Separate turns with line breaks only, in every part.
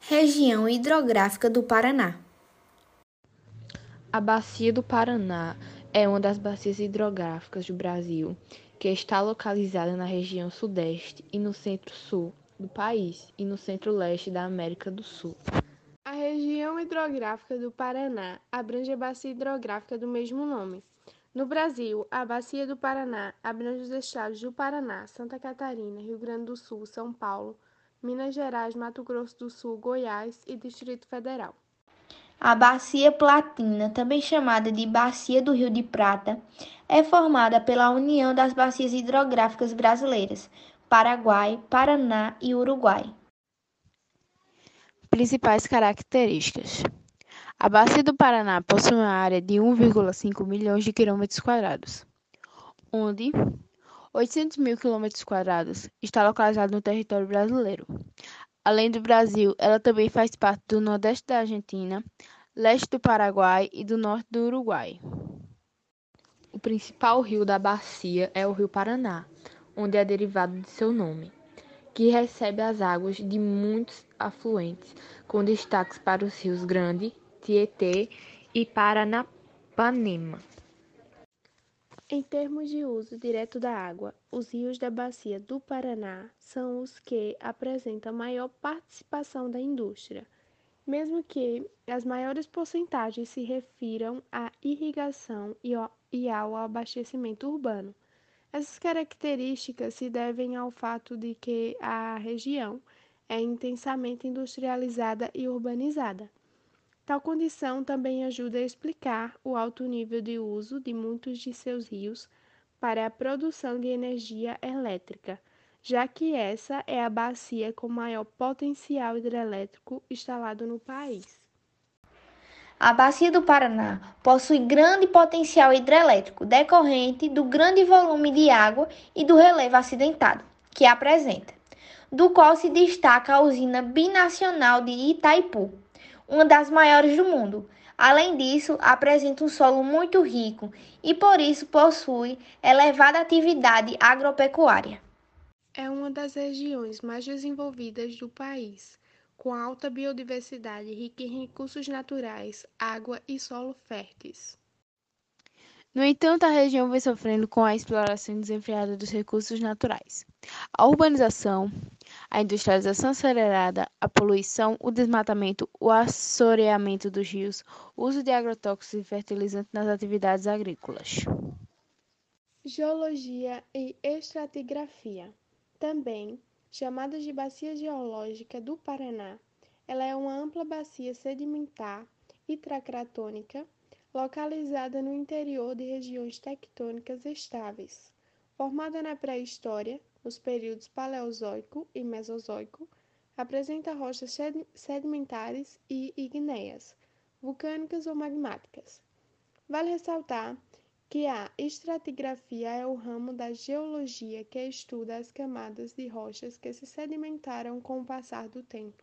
Região hidrográfica do Paraná.
A Bacia do Paraná é uma das bacias hidrográficas do Brasil, que está localizada na região sudeste e no centro-sul do país e no centro-leste da América do Sul.
A região hidrográfica do Paraná abrange a bacia hidrográfica do mesmo nome. No Brasil, a Bacia do Paraná abrange os estados do Paraná, Santa Catarina, Rio Grande do Sul, São Paulo, Minas Gerais, Mato Grosso do Sul, Goiás e Distrito Federal.
A Bacia Platina, também chamada de Bacia do Rio de Prata, é formada pela união das bacias hidrográficas brasileiras, Paraguai, Paraná e Uruguai.
Principais características. A Bacia do Paraná possui uma área de 1,5 milhões de quilômetros quadrados, onde 800 mil quilômetros quadrados está localizado no território brasileiro. Além do Brasil, ela também faz parte do nordeste da Argentina, leste do Paraguai e do norte do Uruguai. O principal rio da bacia é o Rio Paraná, onde é derivado de seu nome, que recebe as águas de muitos afluentes, com destaques para os rios Grande, Tietê e Paranapanema.
Em termos de uso direto da água, os rios da Bacia do Paraná são os que apresentam maior participação da indústria, mesmo que as maiores porcentagens se refiram à irrigação e ao abastecimento urbano. Essas características se devem ao fato de que a região é intensamente industrializada e urbanizada. Tal condição também ajuda a explicar o alto nível de uso de muitos de seus rios para a produção de energia elétrica, já que essa é a bacia com maior potencial hidrelétrico instalado no país.
A Bacia do Paraná possui grande potencial hidrelétrico decorrente do grande volume de água e do relevo acidentado que apresenta, do qual se destaca a usina binacional de Itaipu, uma das maiores do mundo. Além disso, apresenta um solo muito rico e por isso possui elevada atividade agropecuária.
É uma das regiões mais desenvolvidas do país, com alta biodiversidade rica em recursos naturais, água e solo férteis.
No entanto, a região vem sofrendo com a exploração desenfreada dos recursos naturais. A urbanização, a industrialização acelerada, a poluição, o desmatamento, o assoreamento dos rios, o uso de agrotóxicos e fertilizantes nas atividades agrícolas.
Geologia e estratigrafia. Também chamada de Bacia Geológica do Paraná, ela é uma ampla bacia sedimentar intracratônica localizada no interior de regiões tectônicas estáveis. Formada na pré-história, nos períodos Paleozoico e Mesozoico, apresenta rochas sedimentares e ígneas, vulcânicas ou magmáticas. Vale ressaltar que a estratigrafia é o ramo da geologia que estuda as camadas de rochas que se sedimentaram com o passar do tempo.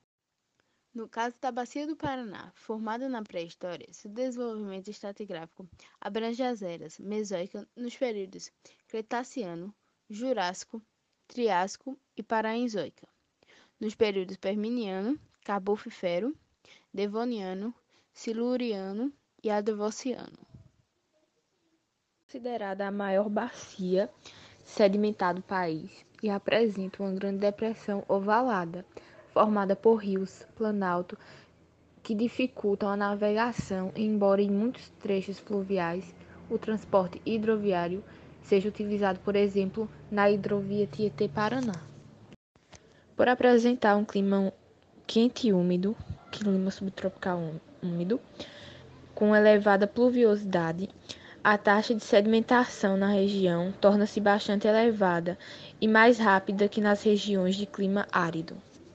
No caso da Bacia do Paraná, formada na pré-história, seu desenvolvimento estratigráfico abrange as eras Mesozoica nos períodos Cretaciano, Jurássico, Triássico e Paraenzoica. Nos períodos Permiano, Carbonifero, Devoniano, Siluriano e Adovociano. Considerada a maior bacia sedimentar do país e apresenta uma grande depressão ovalada, formada por rios planalto que dificultam a navegação, embora em muitos trechos fluviais o transporte hidroviário seja utilizado, por exemplo, na hidrovia Tietê-Paraná. Por apresentar um clima quente e úmido, clima subtropical úmido, com elevada pluviosidade, a taxa de sedimentação na região torna-se bastante elevada e mais rápida que nas regiões de clima árido.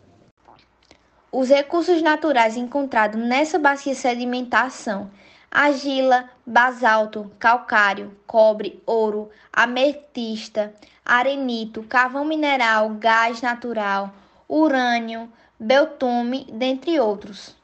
Os recursos naturais encontrados nessa bacia sedimentar são argila, basalto, calcário, cobre, ouro, ametista, arenito, carvão mineral, gás natural, urânio, beltume, dentre outros.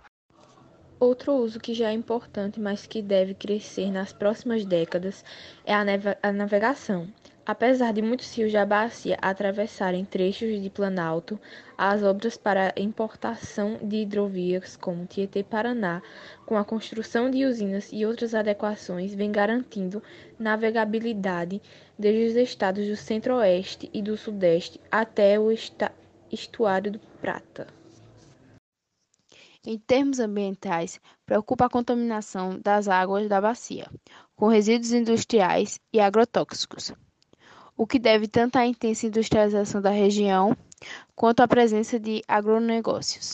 Outro uso que já é importante, mas que deve crescer nas próximas décadas, é a navegação, Apesar de muitos rios da bacia atravessarem trechos de planalto, as obras para a importação de hidrovias como Tietê-Paraná, com a construção de usinas e outras adequações, vêm garantindo navegabilidade desde os estados do Centro-Oeste e do Sudeste até o estuário do Prata.
Em termos ambientais, preocupa a contaminação das águas da bacia, com resíduos industriais e agrotóxicos, o que deve tanto à intensa industrialização da região quanto à presença de agronegócios.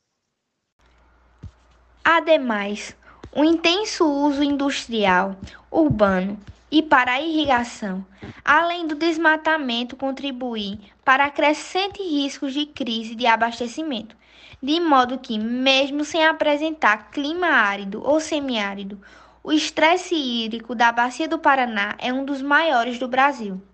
Ademais, o intenso uso industrial, urbano e para a irrigação, além do desmatamento, contribuem para crescentes riscos de crise de abastecimento, de modo que, mesmo sem apresentar clima árido ou semiárido, o estresse hídrico da Bacia do Paraná é um dos maiores do Brasil.